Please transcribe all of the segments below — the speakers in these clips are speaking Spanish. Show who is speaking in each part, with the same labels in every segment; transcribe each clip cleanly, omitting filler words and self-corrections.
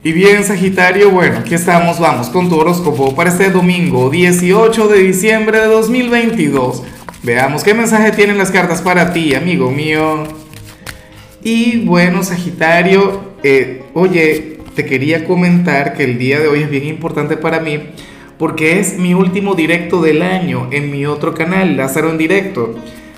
Speaker 1: Y bien, Sagitario, bueno, aquí estamos, vamos con tu horóscopo para este domingo 18 de diciembre de 2022. Veamos qué mensaje tienen las cartas para ti, amigo mío. Y bueno, Sagitario, oye, te quería comentar que el día de hoy es bien importante para mí porque es mi último directo del año en mi otro canal, Lázaro en Directo.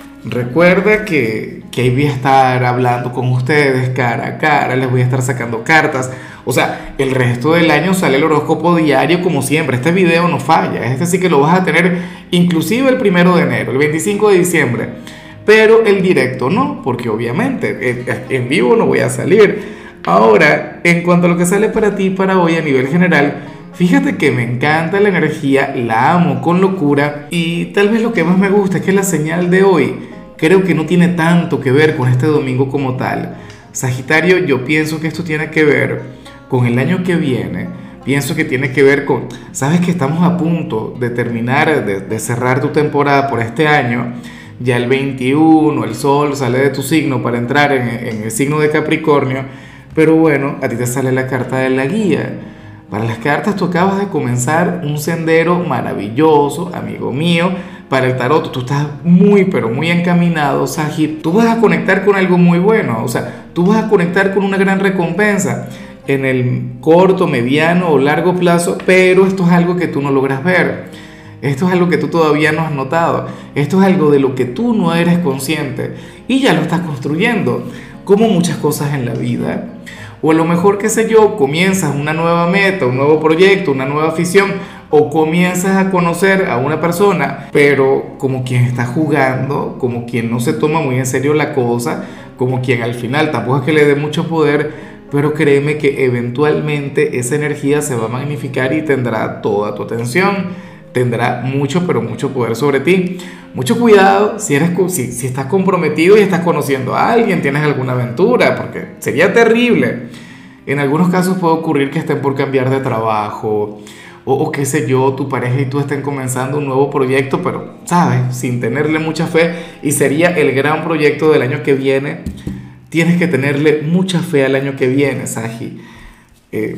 Speaker 1: Recuerda que ahí voy a estar hablando con ustedes cara a cara, les voy a estar sacando cartas. O sea, el resto del año sale el horóscopo diario como siempre. Este video no falla, este sí que lo vas a tener inclusive el 1 de enero, el 25 de diciembre. Pero el directo no, porque obviamente en vivo no voy a salir. Ahora, en cuanto a lo que sale para ti para hoy a nivel general, fíjate que me encanta la energía, la amo con locura y tal vez lo que más me gusta es que la señal de hoy creo que no tiene tanto que ver con este domingo como tal. Sagitario, yo pienso que esto tiene que ver con el año que viene. Pienso que tiene que ver con, sabes que estamos a punto de terminar, de cerrar tu temporada por este año. Ya el 21 el sol sale de tu signo para entrar en el signo de Capricornio. Pero bueno, a ti te sale la carta de la guía. Para las cartas tú acabas de comenzar un sendero maravilloso, amigo mío. Para el tarot tú estás muy, pero muy encaminado, Sagi. Tú vas a conectar con algo muy bueno, o sea, tú vas a conectar con una gran recompensa en el corto, mediano o largo plazo, pero esto es algo que tú no logras ver. Esto es algo que tú todavía no has notado. Esto es algo de lo que tú no eres consciente y ya lo estás construyendo, como muchas cosas en la vida. O a lo mejor, qué sé yo, comienzas una nueva meta, un nuevo proyecto, una nueva afición, o comienzas a conocer a una persona, pero como quien está jugando, como quien no se toma muy en serio la cosa, como quien al final tampoco es que le dé mucho poder, pero créeme que eventualmente esa energía se va a magnificar y tendrá toda tu atención. Tendrá mucho, pero mucho poder sobre ti. Mucho cuidado si estás comprometido y estás conociendo a alguien, tienes alguna aventura, porque sería terrible. En algunos casos puede ocurrir que estén por cambiar de trabajo, o qué sé yo, tu pareja y tú estén comenzando un nuevo proyecto, pero, ¿sabes? Sin tenerle mucha fe, y sería el gran proyecto del año que viene. Tienes que tenerle mucha fe al año que viene, Sagi. Eh,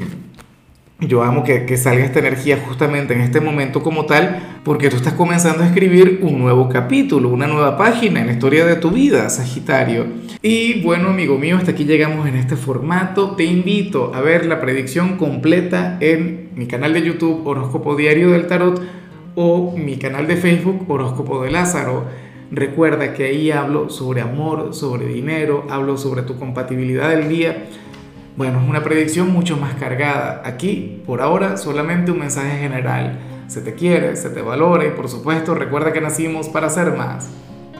Speaker 1: yo amo que salga esta energía justamente en este momento como tal, porque tú estás comenzando a escribir un nuevo capítulo, una nueva página en la historia de tu vida, Sagitario. Y bueno, amigo mío, hasta aquí llegamos en este formato. Te invito a ver la predicción completa en mi canal de YouTube Horóscopo Diario del Tarot o mi canal de Facebook Horóscopo de Lázaro. Recuerda que ahí hablo sobre amor, sobre dinero, hablo sobre tu compatibilidad del día. Bueno, es una predicción mucho más cargada. Aquí, por ahora, solamente un mensaje general. Se te quiere, se te valora y por supuesto recuerda que nacimos para ser más.